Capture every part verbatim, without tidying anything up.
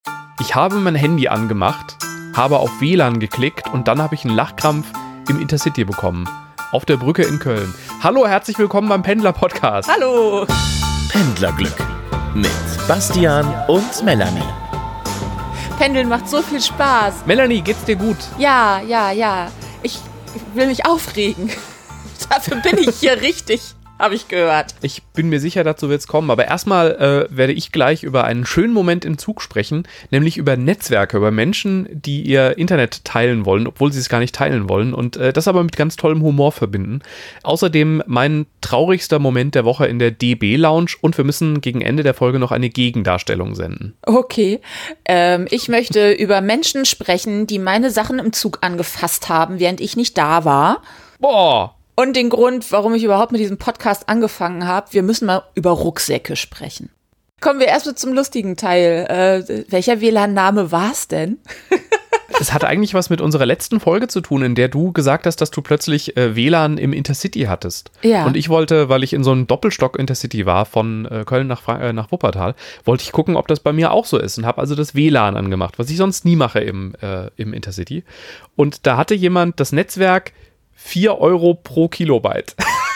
Ich habe mein Handy angemacht, habe auf W L A N geklickt und dann habe ich einen Lachkrampf im Intercity bekommen. Auf der Brücke in Köln. Hallo, herzlich willkommen beim Pendler-Podcast. Hallo. Pendlerglück mit Bastian und Melanie. Pendeln macht so viel Spaß. Melanie, geht's dir gut? Ja, ja, ja. Ich will mich aufregen. Dafür bin ich hier richtig, habe ich gehört. Ich bin mir sicher, dazu wird's kommen. Aber erstmal äh, werde ich gleich über einen schönen Moment im Zug sprechen, nämlich über Netzwerke, über Menschen, die ihr Internet teilen wollen, obwohl sie es gar nicht teilen wollen und äh, das aber mit ganz tollem Humor verbinden. Außerdem mein traurigster Moment der Woche in der D B-Lounge und wir müssen gegen Ende der Folge noch eine Gegendarstellung senden. Okay, ähm, ich möchte über Menschen sprechen, die meine Sachen im Zug angefasst haben, während ich nicht da war. Boah! Und den Grund, warum ich überhaupt mit diesem Podcast angefangen habe, wir müssen mal über Rucksäcke sprechen. Kommen wir erstmal zum lustigen Teil. Äh, welcher W L A N-Name war es denn? Es hat eigentlich was mit unserer letzten Folge zu tun, in der du gesagt hast, dass du plötzlich äh, W L A N im Intercity hattest. Ja. Und ich wollte, weil ich in so einem Doppelstock-Intercity war, von äh, Köln nach, Fra- äh, nach Wuppertal, wollte ich gucken, ob das bei mir auch so ist und habe also das W L A N angemacht, was ich sonst nie mache im, äh, im Intercity. Und da hatte jemand das Netzwerk vier Euro pro Kilobyte.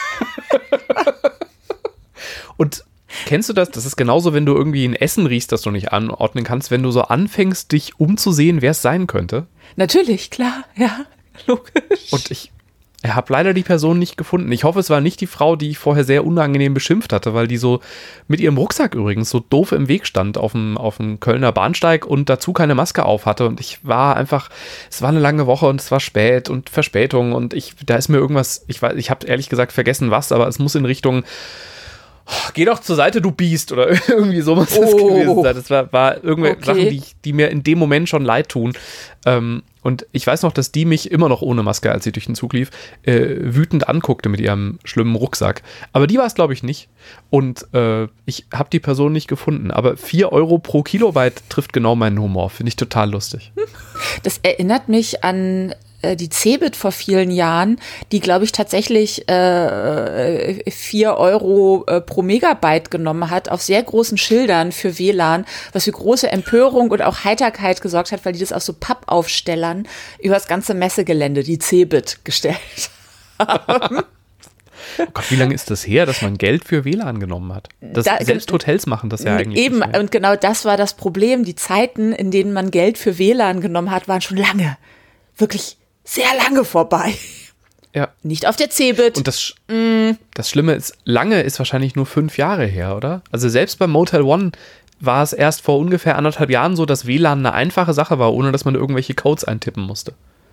Und kennst du das? Das ist genauso, wenn du irgendwie ein Essen riechst, das du nicht anordnen kannst, wenn du so anfängst, dich umzusehen, wer es sein könnte. Natürlich, klar, ja, logisch. Und ich habe leider die Person nicht gefunden. Ich hoffe, es war nicht die Frau, die ich vorher sehr unangenehm beschimpft hatte, weil die so mit ihrem Rucksack übrigens so doof im Weg stand auf dem, auf dem Kölner Bahnsteig und dazu keine Maske auf hatte. Und ich war einfach, es war eine lange Woche und es war spät und Verspätung und ich, da ist mir irgendwas, ich weiß, ich habe ehrlich gesagt vergessen was, aber es muss in Richtung geh doch zur Seite, du Biest, oder irgendwie sowas Oh. gewesen sein. Das war, war irgendwelche Okay. Sachen, die, die mir in dem Moment schon leid tun. Ähm, und ich weiß noch, dass die mich immer noch ohne Maske, als sie durch den Zug lief, äh, wütend anguckte mit ihrem schlimmen Rucksack. Aber die war es, glaube ich, nicht. Und äh, ich habe die Person nicht gefunden. Aber vier Euro pro Kilobyte trifft genau meinen Humor. Finde ich total lustig. Das erinnert mich an äh, die Cebit vor vielen Jahren, die, glaube ich, tatsächlich äh, vier Euro äh, pro Megabyte genommen hat, auf sehr großen Schildern für W L A N, was für große Empörung und auch Heiterkeit gesorgt hat, weil die das auf so Pappaufstellern über das ganze Messegelände, die Cebit, gestellt haben. Oh Gott, wie lange ist das her, dass man Geld für W L A N genommen hat? Das, Da- selbst Hotels machen das ja eigentlich Eben, nicht mehr. und genau das war das Problem. Die Zeiten, in denen man Geld für W L A N genommen hat, waren schon lange, wirklich sehr lange vorbei. Ja. Nicht auf der Cebit. Und das, Sch- das Schlimme ist, lange ist wahrscheinlich nur fünf Jahre her, oder? Also selbst bei Motel One war es erst vor ungefähr anderthalb Jahren so, dass W L A N eine einfache Sache war, ohne dass man irgendwelche Codes eintippen musste.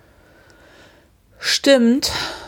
Stimmt.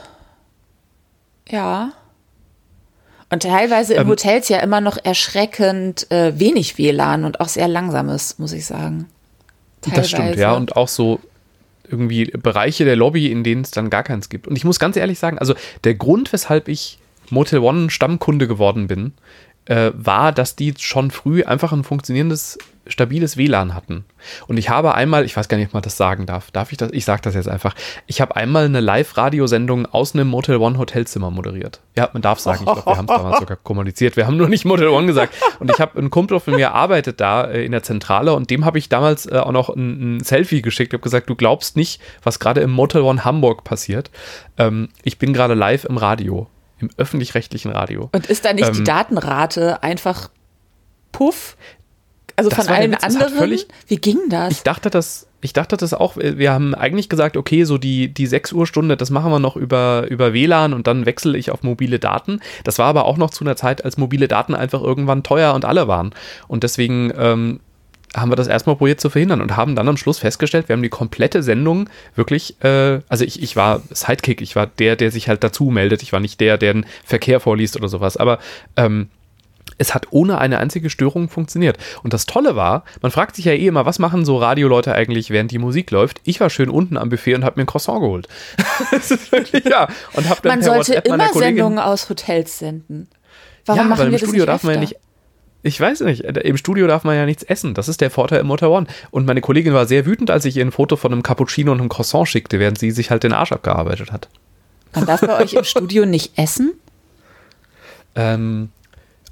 Ja. Und teilweise in Ähm, Hotels ja immer noch erschreckend äh, wenig W L A N und auch sehr langsames, muss ich sagen. Das stimmt, ja. Und auch so irgendwie Bereiche der Lobby, in denen es dann gar keins gibt. Und ich muss ganz ehrlich sagen, also der Grund, weshalb ich Motel One Stammkunde geworden bin, äh, war, dass die schon früh einfach ein funktionierendes, stabiles W L A N hatten. Und ich habe einmal, ich weiß gar nicht, ob man das sagen darf. Darf ich das? Ich sage das jetzt einfach. Ich habe einmal eine Live-Radiosendung aus einem Motel One Hotelzimmer moderiert. Ja, man darf sagen, ich glaube, wir haben es damals sogar kommuniziert. Wir haben nur nicht Motel One gesagt. Und ich habe einen Kumpel von mir arbeitet da äh, in der Zentrale und dem habe ich damals äh, auch noch ein, ein Selfie geschickt. Ich habe gesagt, du glaubst nicht, was gerade im Motel One Hamburg passiert. Ähm, ich bin gerade live im Radio, im öffentlich-rechtlichen Radio. Und ist da nicht die Ähm, Datenrate einfach puff? Also Das von war der allen Witz, es hat anderen? völlig- Wie ging das? Ich dachte das, ich dachte das auch, wir haben eigentlich gesagt, okay, so die, die sechs Uhr Stunde, das machen wir noch über, über W L A N und dann wechsle ich auf mobile Daten. Das war aber auch noch zu einer Zeit, als mobile Daten einfach irgendwann teuer und alle waren. Und deswegen ähm, haben wir das erstmal probiert zu verhindern und haben dann am Schluss festgestellt, wir haben die komplette Sendung wirklich, äh, also ich, ich war Sidekick, ich war der, der sich halt dazu meldet, ich war nicht der, der den Verkehr vorliest oder sowas, aber ähm, es hat ohne eine einzige Störung funktioniert. Und das Tolle war, man fragt sich ja eh immer, was machen so Radioleute eigentlich, während die Musik läuft? Ich war schön unten am Buffet und habe mir ein Croissant geholt. Das ist wirklich, ja. Und hab dann Man per sollte WhatsApp meiner immer Kollegin, Sendungen aus Hotels senden. Warum ja, machen weil im wir das Studio nicht darf man ja öfter? nicht, ich weiß nicht, im Studio darf man ja nichts essen. Das ist der Vorteil im Motel One. Und meine Kollegin war sehr wütend, als ich ihr ein Foto von einem Cappuccino und einem Croissant schickte, während sie sich halt den Arsch abgearbeitet hat. Man darf bei euch im Studio nicht essen? Ähm,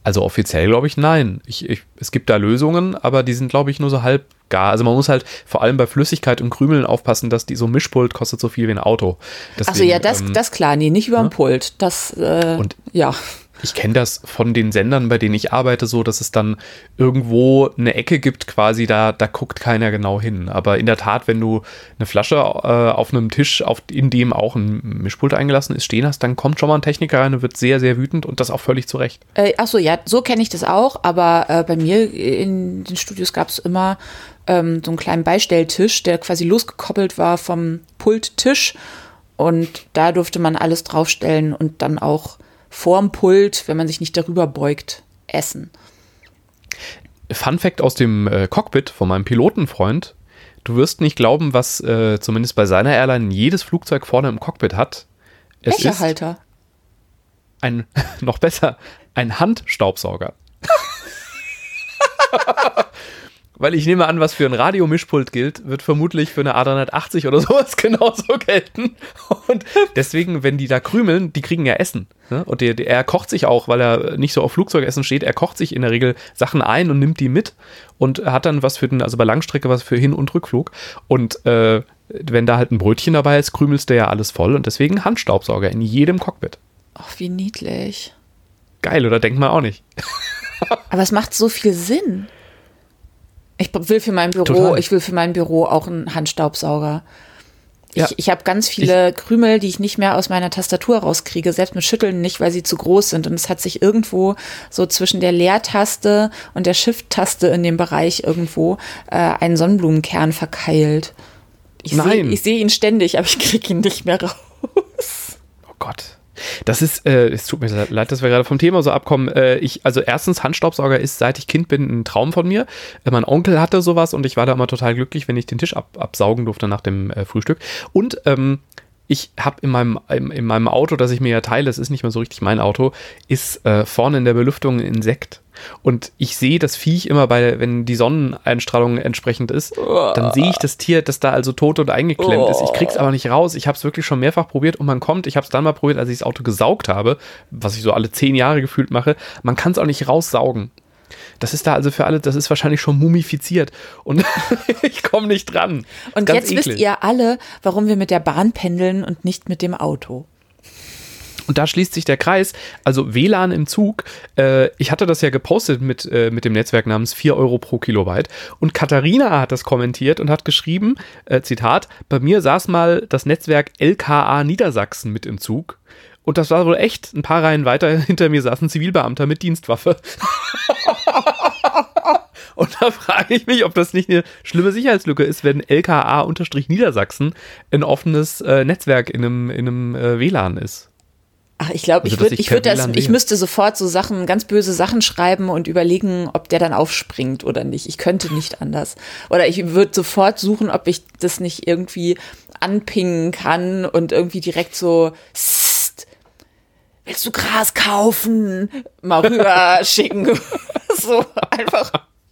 Also offiziell glaube ich nein. Ich, ich, es gibt da Lösungen, aber die sind glaube ich nur so halb gar. Also man muss halt vor allem bei Flüssigkeit und Krümeln aufpassen, dass die so ein Mischpult kostet so viel wie ein Auto. Deswegen, Achso, ja, das, ähm, das klar, nee, nicht über ein ne? Pult. Das, äh, und ja. Ich kenne das von den Sendern, bei denen ich arbeite, so, dass es dann irgendwo eine Ecke gibt, quasi, da, da guckt keiner genau hin. Aber in der Tat, wenn du eine Flasche äh, auf einem Tisch, auf, in dem auch ein Mischpult eingelassen ist, stehen hast, dann kommt schon mal ein Techniker rein und wird sehr, sehr wütend und das auch völlig zurecht. Äh, Achso, ja, so kenne ich das auch, aber äh, bei mir in den Studios gab es immer ähm, so einen kleinen Beistelltisch, der quasi losgekoppelt war vom Pulttisch und da durfte man alles draufstellen und dann auch vorm Pult, wenn man sich nicht darüber beugt, essen. Fun Fact aus dem äh, Cockpit von meinem Pilotenfreund. Du wirst nicht glauben, was äh, zumindest bei seiner Airline jedes Flugzeug vorne im Cockpit hat. Es Becherhalter. Ist ein, noch besser, ein Handstaubsauger. Weil ich nehme an, was für ein Radiomischpult gilt, wird vermutlich für eine A dreihundertachtzig oder sowas genauso gelten. Und deswegen, wenn die da krümeln, die kriegen ja Essen. Ne? Und der, der, er kocht sich auch, weil er nicht so auf Flugzeugessen steht, er kocht sich in der Regel Sachen ein und nimmt die mit und hat dann was für den, also bei Langstrecke was für Hin- und Rückflug. Und äh, wenn da halt ein Brötchen dabei ist, krümelst du ja alles voll. Und deswegen Handstaubsauger in jedem Cockpit. Ach, wie niedlich. Geil, oder? Denkt man auch nicht. Aber es macht so viel Sinn. Ich will für mein Büro, Total. ich will für mein Büro auch einen Handstaubsauger. Ja. Ich, ich habe ganz viele ich, Krümel, die ich nicht mehr aus meiner Tastatur rauskriege, selbst mit Schütteln nicht, weil sie zu groß sind. Und es hat sich irgendwo so zwischen der Leertaste und der Shift-Taste in dem Bereich irgendwo äh, einen Sonnenblumenkern verkeilt. Ich sehe seh ihn ständig, aber ich kriege ihn nicht mehr raus. Oh Gott. Das ist, äh, es tut mir leid, dass wir gerade vom Thema so abkommen. Äh, ich, also erstens, Handstaubsauger ist, seit ich Kind bin, ein Traum von mir. Äh, mein Onkel hatte sowas und ich war da immer total glücklich, wenn ich den Tisch ab, absaugen durfte nach dem äh, Frühstück. Und ähm, ich habe in meinem, in, in meinem Auto, das ich mir ja teile, es ist nicht mehr so richtig mein Auto, ist äh, vorne in der Belüftung ein Insekt. Und ich sehe das Viech immer bei, wenn die Sonneneinstrahlung entsprechend ist, dann sehe ich das Tier, das da also tot und eingeklemmt ist. Ich krieg's aber nicht raus. Ich habe es wirklich schon mehrfach probiert und man kommt, ich habe es dann mal probiert, als ich das Auto gesaugt habe, was ich so alle zehn Jahre gefühlt mache, man kann es auch nicht raussaugen. Das ist da also für alle, das ist wahrscheinlich schon mumifiziert und ich komme nicht dran. Und jetzt eklig. Wisst ihr alle, warum wir mit der Bahn pendeln und nicht mit dem Auto. Und da schließt sich der Kreis, also W L A N im Zug, äh, ich hatte das ja gepostet mit, äh, mit dem Netzwerk namens vier Euro pro Kilobyte und Katharina hat das kommentiert und hat geschrieben, äh, Zitat, bei mir saß mal das Netzwerk L K A Niedersachsen mit im Zug und das war wohl echt, ein paar Reihen weiter hinter mir saß ein Zivilbeamter mit Dienstwaffe. Und da frage ich mich, ob das nicht eine schlimme Sicherheitslücke ist, wenn L K A-Niedersachsen ein offenes äh, Netzwerk in einem, in einem äh, W L A N ist. Ach, ich glaube, also, ich würde, ich würde das, ich müsste sofort so Sachen, ganz böse Sachen schreiben und überlegen, ob der dann aufspringt oder nicht. Ich könnte nicht anders. Oder ich würde sofort suchen, ob ich das nicht irgendwie anpingen kann und irgendwie direkt so, Sst, willst du Gras kaufen? Mal rüber schicken. So, einfach,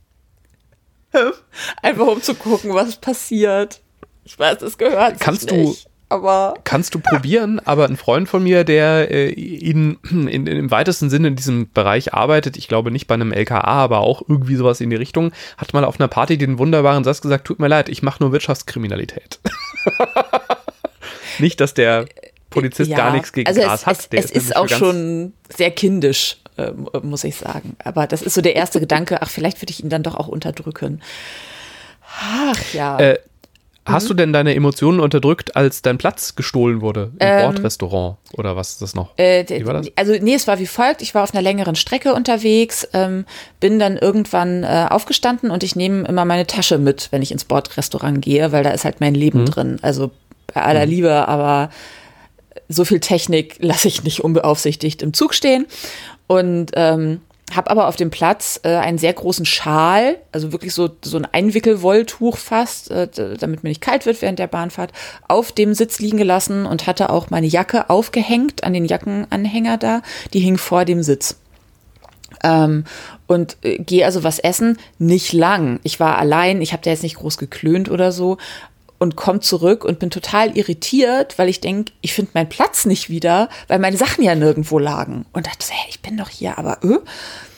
einfach um zu gucken, was passiert. Ich weiß, das gehört Kannst sich nicht. Du Aber Kannst du probieren, aber ein Freund von mir, der äh, in, in, in, im weitesten Sinne in diesem Bereich arbeitet, ich glaube nicht bei einem L K A, aber auch irgendwie sowas in die Richtung, hat mal auf einer Party den wunderbaren Satz gesagt, tut mir leid, ich mache nur Wirtschaftskriminalität. Nicht, dass der Polizist ja, gar nichts gegen also Gras es, hat. Es, Der es ist, ist auch schon sehr kindisch, äh, muss ich sagen. Aber das ist so der erste Gedanke, ach, vielleicht würde ich ihn dann doch auch unterdrücken. Ach ja. Äh, Hast mhm. du denn deine Emotionen unterdrückt, als dein Platz gestohlen wurde im ähm, Bordrestaurant oder was ist das noch? Äh, wie war das? Also nee, es war wie folgt, ich war auf einer längeren Strecke unterwegs, ähm, bin dann irgendwann äh, aufgestanden und ich nehme immer meine Tasche mit, wenn ich ins Bordrestaurant gehe, weil da ist halt mein Leben mhm. drin. Also bei aller mhm. Liebe, aber so viel Technik lasse ich nicht unbeaufsichtigt im Zug stehen und ähm, habe aber auf dem Platz äh, einen sehr großen Schal, also wirklich so, so ein Einwickelwolltuch fast, äh, damit mir nicht kalt wird während der Bahnfahrt, auf dem Sitz liegen gelassen und hatte auch meine Jacke aufgehängt an den Jackenanhänger da, die hing vor dem Sitz. Ähm, und äh, gehe also was essen, nicht lang. Ich war allein, ich habe da jetzt nicht groß geklönt oder so und komme zurück und bin total irritiert, weil ich denke, ich finde meinen Platz nicht wieder, weil meine Sachen ja nirgendwo lagen. Und dachte, hey, ich bin doch hier, aber äh?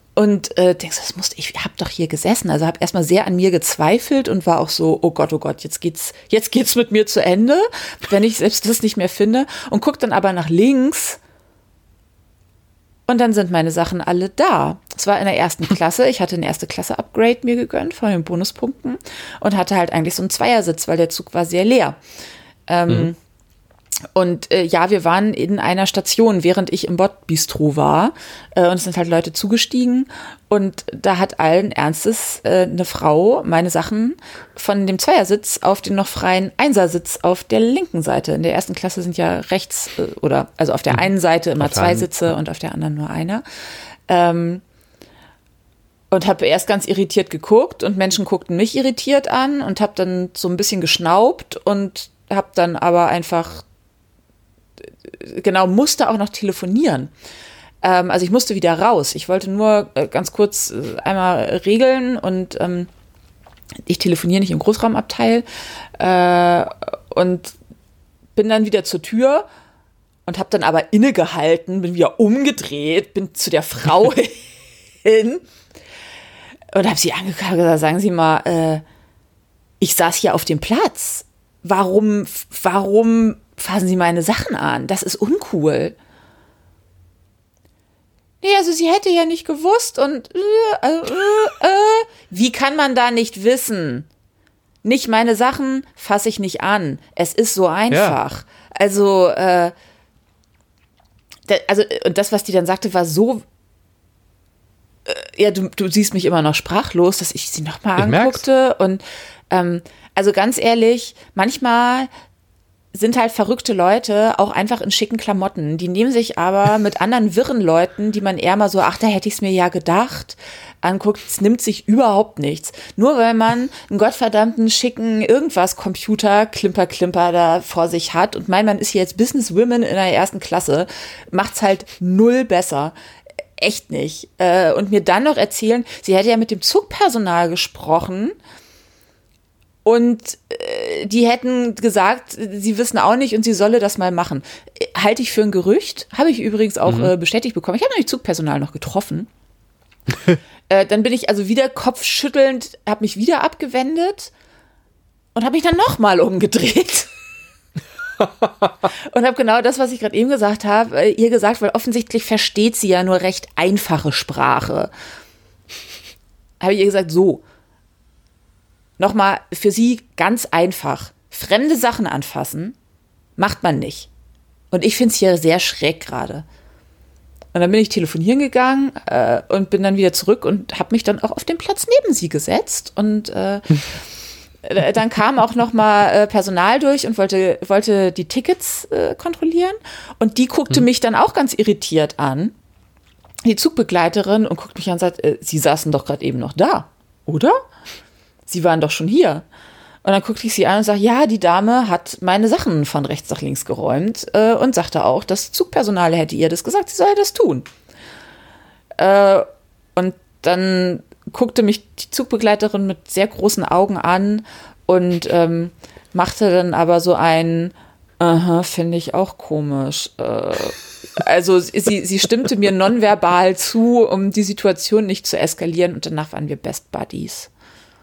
Und äh, denkst, das musste ich, hab doch hier gesessen. Also habe erstmal sehr an mir gezweifelt und war auch so, oh Gott, oh Gott, jetzt geht's, jetzt geht's mit mir zu Ende, wenn ich selbst das nicht mehr finde. Und guck dann aber nach links und dann sind meine Sachen alle da. Es war in der ersten Klasse. Ich hatte ein erste Klasse-Upgrade mir gegönnt von den Bonuspunkten und hatte halt eigentlich so einen Zweiersitz, weil der Zug war sehr leer. Ähm, mhm. Und äh, ja, wir waren in einer Station, während ich im Bordbistro war. Äh, und es sind halt Leute zugestiegen. Und da hat allen Ernstes äh, eine Frau meine Sachen von dem Zweiersitz auf den noch freien Einsersitz auf der linken Seite. In der ersten Klasse sind ja rechts äh, oder also auf der einen Seite immer zwei Sitze und auf der anderen nur einer. Ähm, und habe erst ganz irritiert geguckt und Menschen guckten mich irritiert an und habe dann so ein bisschen geschnaubt und habe dann aber einfach genau, musste auch noch telefonieren. Ähm, also ich musste wieder raus. Ich wollte nur äh, ganz kurz äh, einmal regeln und ähm, ich telefoniere nicht im Großraumabteil äh, und bin dann wieder zur Tür und habe dann aber innegehalten, bin wieder umgedreht, bin zu der Frau hin und habe sie angeguckt und gesagt, sagen Sie mal, äh, ich saß hier auf dem Platz. Warum, warum fassen Sie meine Sachen an? Das ist uncool. Nee, also sie hätte ja nicht gewusst und äh, äh, äh. Wie kann man da nicht wissen? Nicht meine Sachen fasse ich nicht an. Es ist so einfach. Ja. Also, äh, da, also, und das, was die dann sagte, war so, äh, ja, du, du siehst mich immer noch sprachlos, dass ich sie nochmal anguckte. Und ähm, also ganz ehrlich, manchmal sind halt verrückte Leute auch einfach in schicken Klamotten. Die nehmen sich aber mit anderen wirren Leuten, die man eher mal so, ach, da hätte ich es mir ja gedacht, anguckt, es nimmt sich überhaupt nichts. Nur weil man einen gottverdammten schicken irgendwas Computer, Klimper, Klimper da vor sich hat und meint, man ist hier jetzt Businesswoman in der ersten Klasse, macht's halt null besser. Echt nicht. Und mir dann noch erzählen, sie hätte ja mit dem Zugpersonal gesprochen. Und äh, die hätten gesagt, sie wissen auch nicht und sie solle das mal machen. Halte ich für ein Gerücht. Habe ich übrigens auch mhm. äh, bestätigt bekommen. Ich habe nämlich Zugpersonal noch getroffen. äh, dann bin ich also wieder kopfschüttelnd, habe mich wieder abgewendet und habe mich dann nochmal umgedreht. Und habe genau das, was ich gerade eben gesagt habe, äh, ihr gesagt, weil offensichtlich versteht sie ja nur recht einfache Sprache. Habe ich ihr gesagt, so. Nochmal, für sie ganz einfach. Fremde Sachen anfassen macht man nicht. Und ich finde es hier sehr schräg gerade. Und dann bin ich telefonieren gegangen äh, und bin dann wieder zurück und habe mich dann auch auf den Platz neben sie gesetzt. Und äh, dann kam auch noch mal äh, Personal durch und wollte, wollte die Tickets äh, kontrollieren. Und die guckte hm. mich dann auch ganz irritiert an, die Zugbegleiterin, und guckt mich an und sagt, äh, Sie saßen doch gerade eben noch da, oder? Sie waren doch schon hier. Und dann guckte ich sie an und sage, ja, die Dame hat meine Sachen von rechts nach links geräumt äh, und sagte auch, das Zugpersonal hätte ihr das gesagt, sie soll das tun. Äh, und dann guckte mich die Zugbegleiterin mit sehr großen Augen an und ähm, machte dann aber so ein, aha, finde ich auch komisch. Äh, also sie, sie stimmte mir nonverbal zu, um die Situation nicht zu eskalieren, und danach waren wir Best Buddies.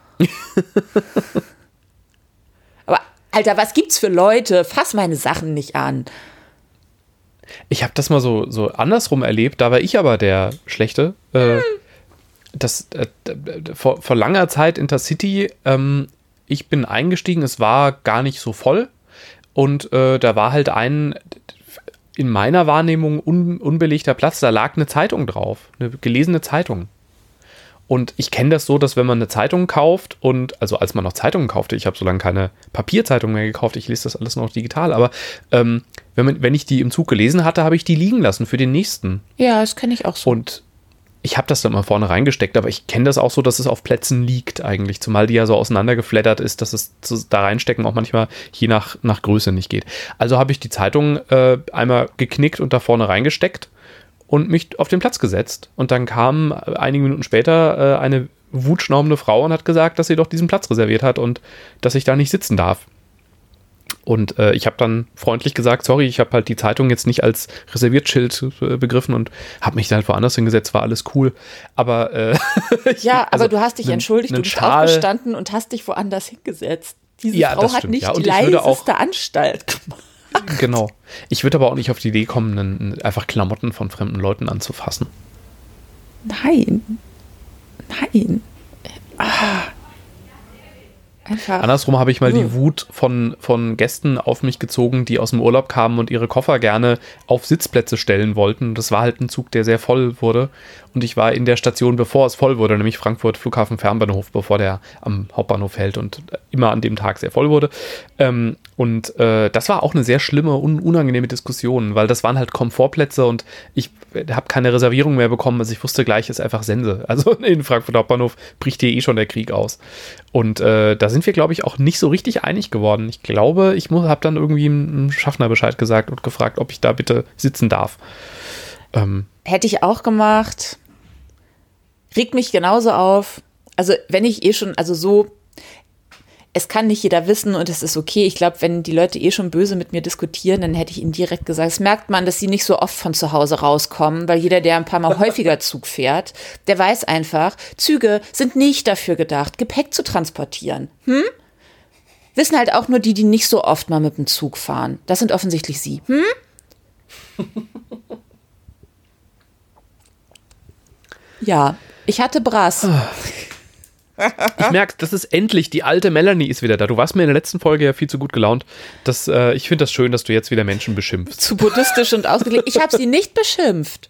Aber, Alter, was gibt's für Leute? Fass meine Sachen nicht an. Ich habe das mal so, so andersrum erlebt, da war ich aber der Schlechte. Äh, hm. das, äh, vor, vor langer Zeit Intercity, ähm, ich bin eingestiegen, es war gar nicht so voll. Und äh, da war halt ein, in meiner Wahrnehmung, un, unbelegter Platz, da lag eine Zeitung drauf, eine gelesene Zeitung. Und ich kenne das so, dass wenn man eine Zeitung kauft und, also als man noch Zeitungen kaufte, ich habe so lange keine Papierzeitung mehr gekauft, ich lese das alles noch digital, aber ähm, wenn, man, wenn ich die im Zug gelesen hatte, habe ich die liegen lassen für den nächsten. Ja, das kenne ich auch so. Und ich habe das dann mal vorne reingesteckt, aber ich kenne das auch so, dass es auf Plätzen liegt eigentlich, zumal die ja so auseinandergeflattert ist, dass es da reinstecken auch manchmal je nach, nach Größe nicht geht. Also habe ich die Zeitung äh, einmal geknickt und da vorne reingesteckt und mich auf den Platz gesetzt. Und dann kam einige Minuten später äh, eine wutschnaubende Frau und hat gesagt, dass sie doch diesen Platz reserviert hat und dass ich da nicht sitzen darf. Und äh, ich habe dann freundlich gesagt, sorry, ich habe halt die Zeitung jetzt nicht als Reserviertschild äh, begriffen und habe mich dann halt woanders hingesetzt, war alles cool. Aber äh, ja, aber also du hast dich nen, entschuldigt, du bist Schal, aufgestanden und hast dich woanders hingesetzt. Diese ja, Frau hat stimmt, nicht ja. die ich würde leiseste auch, Anstalt gemacht. Genau. Ich würde aber auch nicht auf die Idee kommen, einen, einfach Klamotten von fremden Leuten anzufassen. Nein. Nein. Ah. Einfach. Andersrum habe ich mal die Wut von, von Gästen auf mich gezogen, die aus dem Urlaub kamen und ihre Koffer gerne auf Sitzplätze stellen wollten. Das war halt ein Zug, der sehr voll wurde. Und ich war in der Station, bevor es voll wurde, nämlich Frankfurt Flughafen Fernbahnhof, bevor der am Hauptbahnhof hält und immer an dem Tag sehr voll wurde. Ähm, und äh, das war auch eine sehr schlimme, un- unangenehme Diskussion, weil das waren halt Komfortplätze und ich habe keine Reservierung mehr bekommen. Also ich wusste gleich, ist einfach Sense. Also in Frankfurt Hauptbahnhof bricht hier eh schon der Krieg aus. Und äh, da sind wir, glaube ich, auch nicht so richtig einig geworden. Ich glaube, ich habe dann irgendwie einem Schaffner Bescheid gesagt und gefragt, ob ich da bitte sitzen darf. Ähm, Hätte ich auch gemacht. Regt mich genauso auf. Also wenn ich eh schon, also so, es kann nicht jeder wissen und es ist okay. Ich glaube, wenn die Leute eh schon böse mit mir diskutieren, dann hätte ich ihnen direkt gesagt, es merkt man, dass sie nicht so oft von zu Hause rauskommen, weil jeder, der ein paar Mal häufiger Zug fährt, der weiß einfach, Züge sind nicht dafür gedacht, Gepäck zu transportieren. Hm? Wissen halt auch nur die, die nicht so oft mal mit dem Zug fahren. Das sind offensichtlich sie. Hm? Ja, ich hatte Brass. Ich merke, das ist endlich, die alte Melanie ist wieder da. Du warst mir in der letzten Folge ja viel zu gut gelaunt. Das, äh, ich finde das schön, dass du jetzt wieder Menschen beschimpfst. Zu buddhistisch und ausgelegt. Ich habe sie nicht beschimpft.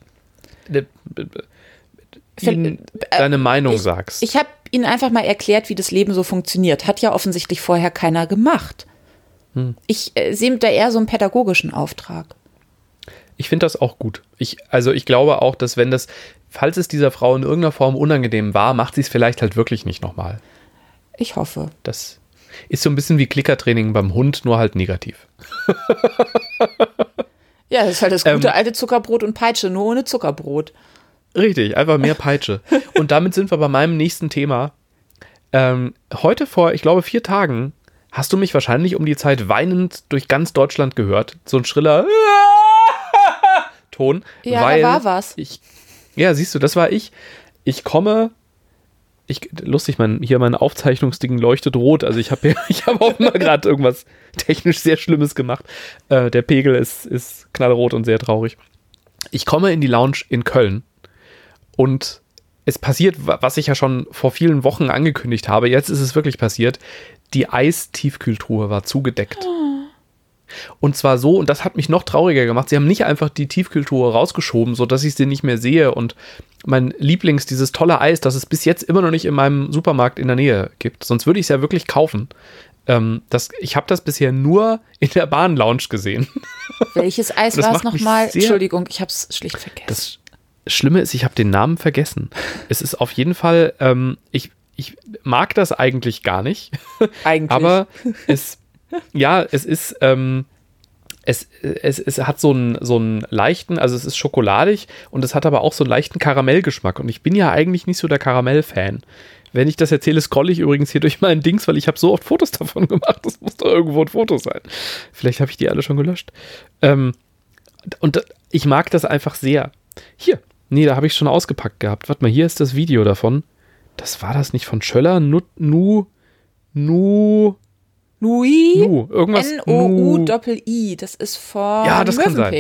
Ihnen deine Meinung ich, sagst. Ich habe ihnen einfach mal erklärt, wie das Leben so funktioniert. Hat ja offensichtlich vorher keiner gemacht. Hm. Ich äh, sehe da eher so einen pädagogischen Auftrag. Ich finde das auch gut. Ich, also ich glaube auch, dass wenn das, falls es dieser Frau in irgendeiner Form unangenehm war, macht sie es vielleicht halt wirklich nicht nochmal. Ich hoffe. Das ist so ein bisschen wie Klickertraining beim Hund, nur halt negativ. Ja, das ist halt das gute ähm, alte Zuckerbrot und Peitsche, nur ohne Zuckerbrot. Richtig, einfach mehr Peitsche. Und damit sind wir bei meinem nächsten Thema. Ähm, heute vor, ich glaube, vier Tagen hast du mich wahrscheinlich um die Zeit weinend durch ganz Deutschland gehört. So ein schriller Ton. Ja, weil da war was. Ich, ja, siehst du, das war ich. Ich komme, ich, lustig, mein, hier mein Aufzeichnungsding leuchtet rot. Also ich habe ich hab auch mal gerade irgendwas technisch sehr Schlimmes gemacht. Äh, der Pegel ist, ist knallrot und sehr traurig. Ich komme in die Lounge in Köln und es passiert, was ich ja schon vor vielen Wochen angekündigt habe. Jetzt ist es wirklich passiert. Die Eistiefkühltruhe war zugedeckt. Oh. Und zwar so, und das hat mich noch trauriger gemacht, sie haben nicht einfach die Tiefkühltruhe rausgeschoben, sodass ich sie nicht mehr sehe und mein Lieblings, dieses tolle Eis, das es bis jetzt immer noch nicht in meinem Supermarkt in der Nähe gibt, sonst würde ich es ja wirklich kaufen. Ähm, das, ich habe das bisher nur in der Bahn-Lounge gesehen. Welches Eis war es nochmal? Entschuldigung, ich habe es schlicht vergessen. Das Schlimme ist, ich habe den Namen vergessen. Es ist auf jeden Fall, ähm, ich, ich mag das eigentlich gar nicht. Eigentlich. Aber es Ja, es ist, ähm, es, es, es hat so einen, so einen leichten, also es ist schokoladig und es hat aber auch so einen leichten Karamellgeschmack und ich bin ja eigentlich nicht so der Karamell-Fan. Wenn ich das erzähle, scrolle ich übrigens hier durch meinen Dings, weil ich habe so oft Fotos davon gemacht, das muss doch irgendwo ein Foto sein. Vielleicht habe ich die alle schon gelöscht. Ähm, und ich mag das einfach sehr. Hier, nee, da habe ich schon ausgepackt gehabt. Warte mal, hier ist das Video davon. Das war das nicht von Schöller? Nu, nu, nu... Nui? Nu, irgendwas. N O U Doppel I, das ist von Ja, das kann sein.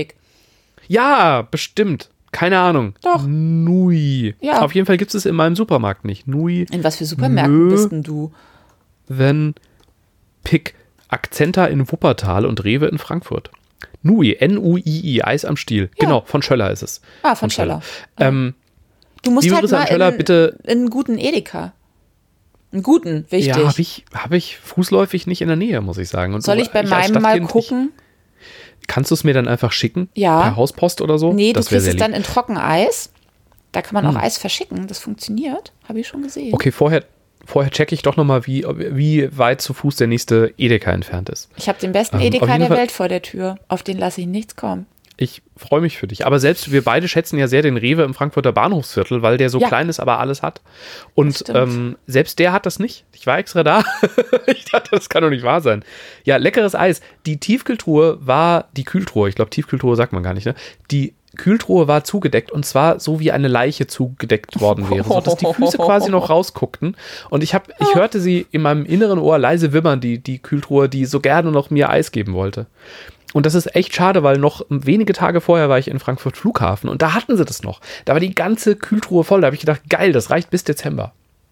Ja, bestimmt. Keine Ahnung. Doch. Nui. Ja. Auf jeden Fall gibt es es in meinem Supermarkt nicht. Nui. In was für Supermärkten bist denn du? Wenn Pick Akzenta in Wuppertal und Rewe in Frankfurt. Nui, N U I I, Eis am Stiel. Ja. Genau, von Schöller ist es. Ah, von, von Schöller. Schöller. Ähm, du musst halt mal Schöller, in, bitte in einen guten Edeka. Einen guten, wichtig. Ja, habe ich, hab ich fußläufig nicht in der Nähe, muss ich sagen. Und Soll ich bei ich meinem mal gucken? Ich, kannst du es mir dann einfach schicken? Ja. Per Hauspost oder so? Nee, das du kriegst es lieb. dann in Trockeneis. Da kann man hm. auch Eis verschicken. Das funktioniert. Habe ich schon gesehen. Okay, vorher, vorher checke ich doch nochmal, wie, wie weit zu Fuß der nächste Edeka entfernt ist. Ich habe den besten ähm, Edeka der Fall, Welt vor der Tür. Auf den lasse ich nichts kommen. Ich freue mich für dich. Aber selbst wir beide schätzen ja sehr den Rewe im Frankfurter Bahnhofsviertel, weil der so ja. klein ist, aber alles hat. Und ähm, selbst der hat das nicht. Ich war extra da. Ich dachte, das kann doch nicht wahr sein. Ja, leckeres Eis. Die Tiefkühltruhe war, die Kühltruhe, ich glaube Tiefkühltruhe sagt man gar nicht, ne? Die Kühltruhe war zugedeckt und zwar so, wie eine Leiche zugedeckt worden wäre, sodass die Füße quasi noch rausguckten. Und ich, hab, ich hörte sie in meinem inneren Ohr leise wimmern, die, die Kühltruhe, die so gerne noch mir Eis geben wollte. Und das ist echt schade, weil noch wenige Tage vorher war ich in Frankfurt Flughafen und da hatten sie das noch. Da war die ganze Kühltruhe voll. Da habe ich gedacht, geil, das reicht bis Dezember.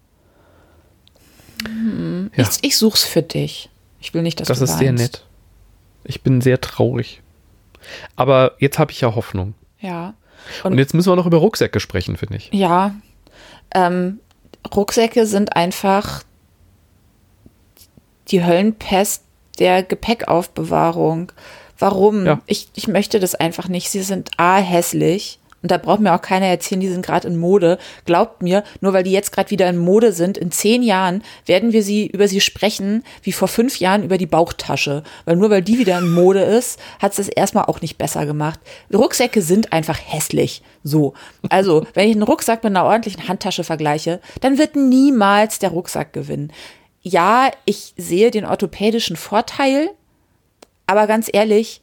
Hm, ja. Ich, ich such's für dich. Ich will nicht, dass das du Das ist weinst. Sehr nett. Ich bin sehr traurig. Aber jetzt habe ich ja Hoffnung. Ja. Und, und jetzt müssen wir noch über Rucksäcke sprechen, finde ich. Ja. Ähm, Rucksäcke sind einfach die Höllenpest der Gepäckaufbewahrung. Warum? Ja. Ich, ich möchte das einfach nicht. Sie sind A, hässlich. Und da braucht mir auch keiner erzählen, die sind gerade in Mode. Glaubt mir, nur weil die jetzt gerade wieder in Mode sind, in zehn Jahren werden wir sie über sie sprechen, wie vor fünf Jahren über die Bauchtasche. Weil nur weil die wieder in Mode ist, hat es das erstmal auch nicht besser gemacht. Rucksäcke sind einfach hässlich. So. Also, wenn ich einen Rucksack mit einer ordentlichen Handtasche vergleiche, dann wird niemals der Rucksack gewinnen. Ja, ich sehe den orthopädischen Vorteil, aber ganz ehrlich,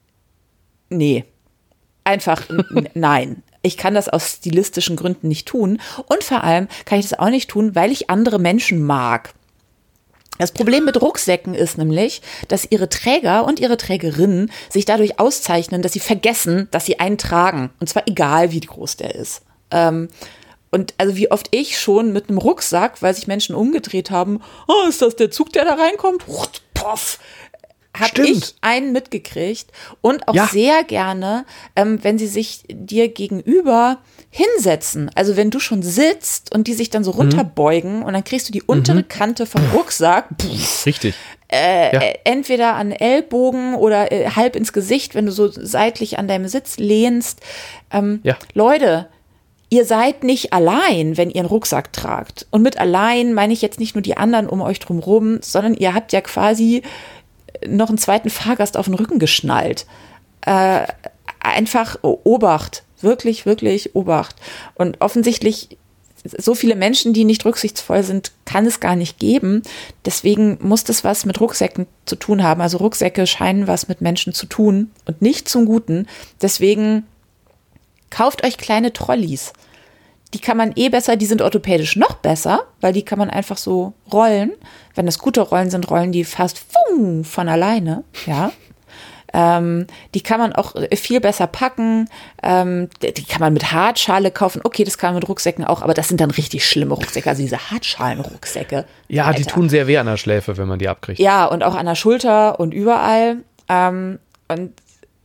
nee. Einfach n- nein. Ich kann das aus stilistischen Gründen nicht tun. Und vor allem kann ich das auch nicht tun, weil ich andere Menschen mag. Das Problem mit Rucksäcken ist nämlich, dass ihre Träger und ihre Trägerinnen sich dadurch auszeichnen, dass sie vergessen, dass sie einen tragen. Und zwar egal, wie groß der ist. Ähm, und also wie oft ich schon mit einem Rucksack, weil sich Menschen umgedreht haben, oh, ist das der Zug, der da reinkommt? Poff! Habe ich einen mitgekriegt und auch ja. sehr gerne, ähm, wenn sie sich dir gegenüber hinsetzen. Also wenn du schon sitzt und die sich dann so runterbeugen mhm. und dann kriegst du die untere mhm. Kante vom Rucksack. Pff, Richtig. Äh, ja. Entweder an Ellbogen oder äh, halb ins Gesicht, wenn du so seitlich an deinem Sitz lehnst. Ähm, ja. Leute, ihr seid nicht allein, wenn ihr einen Rucksack tragt. Und mit allein meine ich jetzt nicht nur die anderen um euch drumherum, sondern ihr habt ja quasi noch einen zweiten Fahrgast auf den Rücken geschnallt. Äh, einfach Obacht. Wirklich, wirklich Obacht. Und offensichtlich so viele Menschen, die nicht rücksichtsvoll sind, kann es gar nicht geben. Deswegen muss das was mit Rucksäcken zu tun haben. Also Rucksäcke scheinen was mit Menschen zu tun und nicht zum Guten. Deswegen kauft euch kleine Trolleys. Die kann man eh besser, die sind orthopädisch noch besser, weil die kann man einfach so rollen. Wenn das gute Rollen sind, rollen die fast von alleine, ja. Ähm, die kann man auch viel besser packen. Ähm, die kann man mit Hartschale kaufen. Okay, das kann man mit Rucksäcken auch, aber das sind dann richtig schlimme Rucksäcke, also diese Hartschalen-Rucksäcke. Ja, Alter. Die tun sehr weh an der Schläfe, wenn man die abkriegt. Ja, und auch an der Schulter und überall. Ähm, und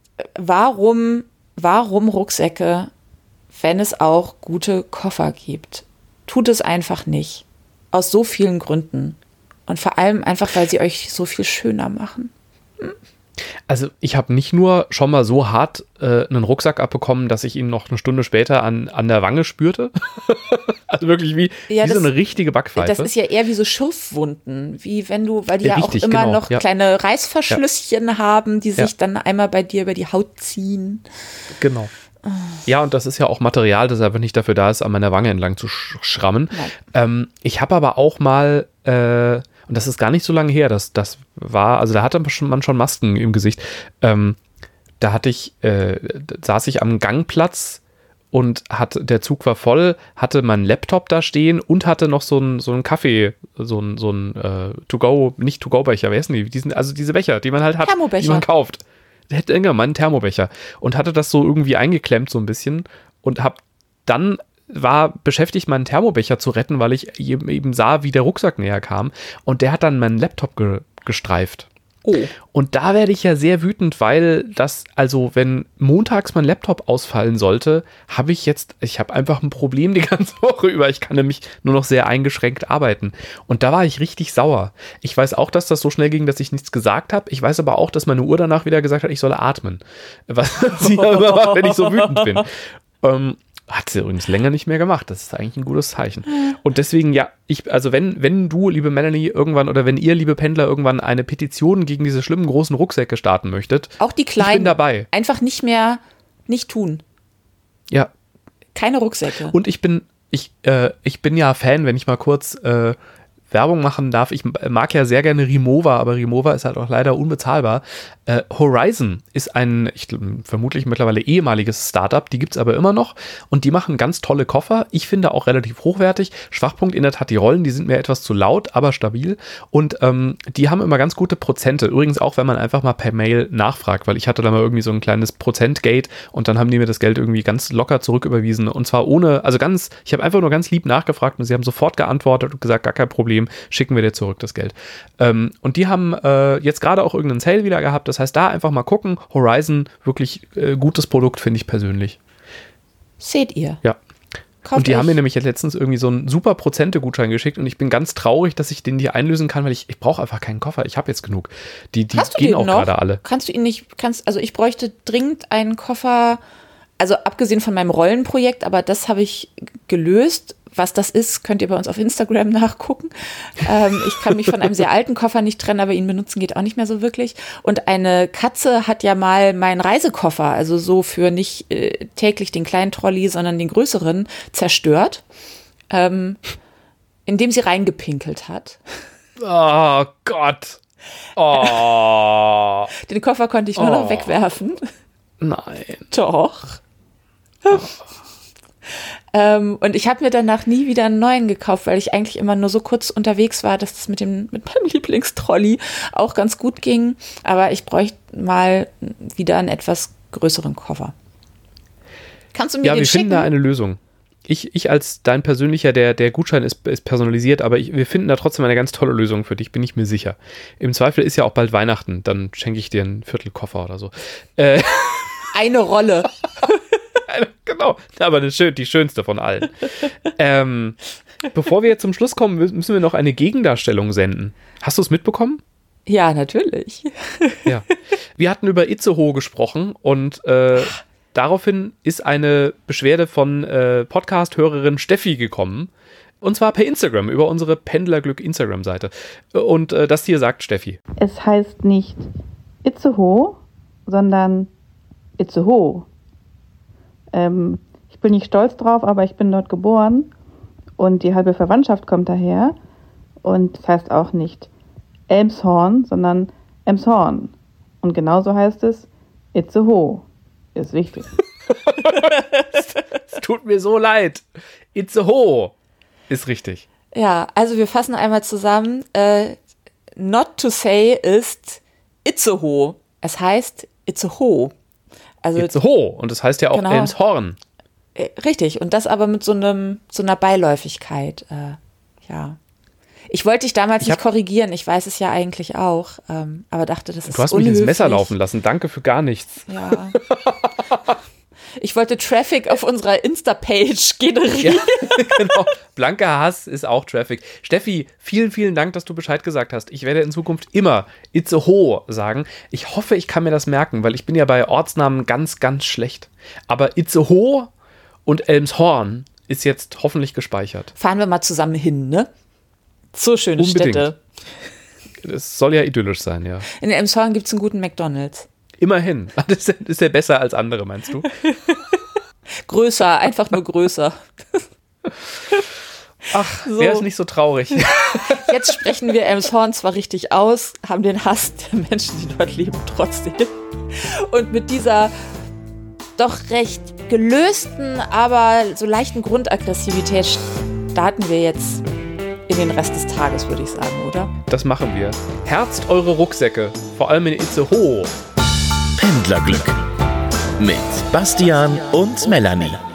warum, warum Rucksäcke, wenn es auch gute Koffer gibt? Tut es einfach nicht. Aus so vielen Gründen. Und vor allem einfach, weil sie euch so viel schöner machen. Hm? Also ich habe nicht nur schon mal so hart äh, einen Rucksack abbekommen, dass ich ihn noch eine Stunde später an, an der Wange spürte. Also wirklich wie, ja, wie das, so eine richtige Backpfeife. Das ist ja eher wie so Schürfwunden, wie wenn du, weil die ja, ja richtig, auch immer genau, noch ja. kleine Reißverschlüsschen ja. haben, die sich ja. dann einmal bei dir über die Haut ziehen. Genau. Ja, und das ist ja auch Material, das einfach nicht dafür da ist, an meiner Wange entlang zu sch- schrammen. Ähm, ich habe aber auch mal, äh, und das ist gar nicht so lange her, das, das war, also da hatte man schon Masken im Gesicht. Ähm, da hatte ich, äh, saß ich am Gangplatz und hat, der Zug war voll, hatte meinen Laptop da stehen und hatte noch so einen so einen Kaffee, so einen so einen äh, To-Go, nicht To-Go-Becher, wer ist denn die? die sind, also diese Becher, die man halt hat, die man kauft. Der hätte irgendwann mal einen Thermobecher und hatte das so irgendwie eingeklemmt so ein bisschen und hab dann war beschäftigt, meinen Thermobecher zu retten, weil ich eben sah, wie der Rucksack näher kam und der hat dann meinen Laptop ge- gestreift. Oh. Und da werde ich ja sehr wütend, weil das, also wenn montags mein Laptop ausfallen sollte, habe ich jetzt, ich habe einfach ein Problem die ganze Woche über. Ich kann nämlich nur noch sehr eingeschränkt arbeiten. Und da war ich richtig sauer. Ich weiß auch, dass das so schnell ging, dass ich nichts gesagt habe. Ich weiß aber auch, dass meine Uhr danach wieder gesagt hat, ich solle atmen. Was sie aber macht, wenn ich so wütend bin. Ähm, Hat sie übrigens länger nicht mehr gemacht. Das ist eigentlich ein gutes Zeichen. Und deswegen, ja, ich, also wenn, wenn du, liebe Melanie, irgendwann oder wenn ihr, liebe Pendler, irgendwann eine Petition gegen diese schlimmen großen Rucksäcke starten möchtet. Auch die kleinen. Ich bin dabei. Einfach nicht mehr, nicht tun. Ja. Keine Rucksäcke. Und ich bin, ich, äh, ich bin ja Fan, wenn ich mal kurz äh, Werbung machen darf. Ich mag ja sehr gerne Rimowa, aber Rimowa ist halt auch leider unbezahlbar. Äh, Horizon ist ein, ich vermutlich mittlerweile ehemaliges Startup, die gibt es aber immer noch und die machen ganz tolle Koffer. Ich finde auch relativ hochwertig. Schwachpunkt in der Tat die Rollen, die sind mir etwas zu laut, aber stabil und ähm, die haben immer ganz gute Prozente. Übrigens auch, wenn man einfach mal per Mail nachfragt, weil ich hatte da mal irgendwie so ein kleines Prozentgate und dann haben die mir das Geld irgendwie ganz locker zurücküberwiesen und zwar ohne, also ganz, ich habe einfach nur ganz lieb nachgefragt und sie haben sofort geantwortet und gesagt, gar kein Problem, schicken wir dir zurück das Geld. Ähm, und die haben äh, jetzt gerade auch irgendeinen Sale wieder gehabt, das heißt, da einfach mal gucken. Horizon, wirklich äh, gutes Produkt, finde ich persönlich. Seht ihr. Ja. Kauft und die euch. haben mir nämlich jetzt letztens irgendwie so einen super Prozente-Gutschein geschickt und ich bin ganz traurig, dass ich den nicht einlösen kann, weil ich, ich brauche einfach keinen Koffer. Ich habe jetzt genug. Die, die Hast du gehen den auch noch? gerade alle. Kannst du ihn nicht, kannst, also ich bräuchte dringend einen Koffer, also abgesehen von meinem Rollenprojekt, aber das habe ich gelöst. Was das ist, könnt ihr bei uns auf Instagram nachgucken. Ähm, ich kann mich von einem sehr alten Koffer nicht trennen, aber ihn benutzen geht auch nicht mehr so wirklich. Und eine Katze hat ja mal meinen Reisekoffer, also so für nicht äh, täglich den kleinen Trolley, sondern den größeren, zerstört, ähm, indem sie reingepinkelt hat. Oh Gott. Oh. Den Koffer konnte ich nur Oh. noch wegwerfen. Nein. Doch. Oh. Ähm, und ich habe mir danach nie wieder einen neuen gekauft, weil ich eigentlich immer nur so kurz unterwegs war, dass das mit dem mit meinem Lieblingstrolley auch ganz gut ging. Aber ich bräuchte mal wieder einen etwas größeren Koffer. Kannst du mir Ja, den wir schicken? finden da eine Lösung. Ich, ich als dein persönlicher, der, der Gutschein ist, ist personalisiert, aber ich, wir finden da trotzdem eine ganz tolle Lösung für dich, bin ich mir sicher. Im Zweifel ist ja auch bald Weihnachten, dann schenke ich dir einen Viertelkoffer oder so. Äh, Eine Rolle. Genau, aber eine schön, die schönste von allen. ähm, bevor wir jetzt zum Schluss kommen, müssen wir noch eine Gegendarstellung senden. Hast du es mitbekommen? Ja, natürlich. Ja. Wir hatten über Itzehoe gesprochen und äh, daraufhin ist eine Beschwerde von äh, Podcast-Hörerin Steffi gekommen. Und zwar per Instagram, über unsere Pendlerglück Instagram-Seite. Und äh, das hier sagt Steffi. Es heißt nicht Itzehoe, sondern Itzehoe. Ähm, ich bin nicht stolz drauf, aber ich bin dort geboren und die halbe Verwandtschaft kommt daher. Und das heißt auch nicht Elmshorn, sondern Elmshorn. Und genauso heißt es Itzehoe. Ist wichtig. Es tut mir so leid. Itzehoe ist richtig. Ja, also wir fassen einmal zusammen. Äh, not to say ist Itzehoe. Es heißt Itzehoe. Also, Itzehoe. Und das heißt ja auch genau. Elmshorn. Äh, richtig. Und das aber mit so einem, so einer Beiläufigkeit. Äh, ja. Ich wollte dich damals Ich nicht hab- korrigieren. Ich weiß es ja eigentlich auch. Ähm, aber dachte, das ist Du hast mich ins unhöflich. Messer laufen lassen. Danke für gar nichts. Ja. Ich wollte Traffic auf unserer Insta-Page generieren. Ja, genau. Blanker Hass ist auch Traffic. Steffi, vielen, vielen Dank, dass du Bescheid gesagt hast. Ich werde in Zukunft immer Itzehoe sagen. Ich hoffe, ich kann mir das merken, weil ich bin ja bei Ortsnamen ganz, ganz schlecht. Aber Itzehoe und Elmshorn ist jetzt hoffentlich gespeichert. Fahren wir mal zusammen hin, ne? So schöne Unbedingt. Städte. Es soll ja idyllisch sein, ja. In Elmshorn gibt es einen guten McDonald's. Immerhin. Das ist, ist der besser als andere, meinst du? Größer, einfach nur größer. Ach, So. wäre es nicht so traurig. Jetzt sprechen wir Elmshorn zwar richtig aus, haben den Hass der Menschen, die dort leben, trotzdem. Und mit dieser doch recht gelösten, aber so leichten Grundaggressivität starten wir jetzt in den Rest des Tages, würde ich sagen, oder? Das machen wir. Herzt eure Rucksäcke, vor allem in Itzehoe. Pendlerglück mit Bastian und Melanie.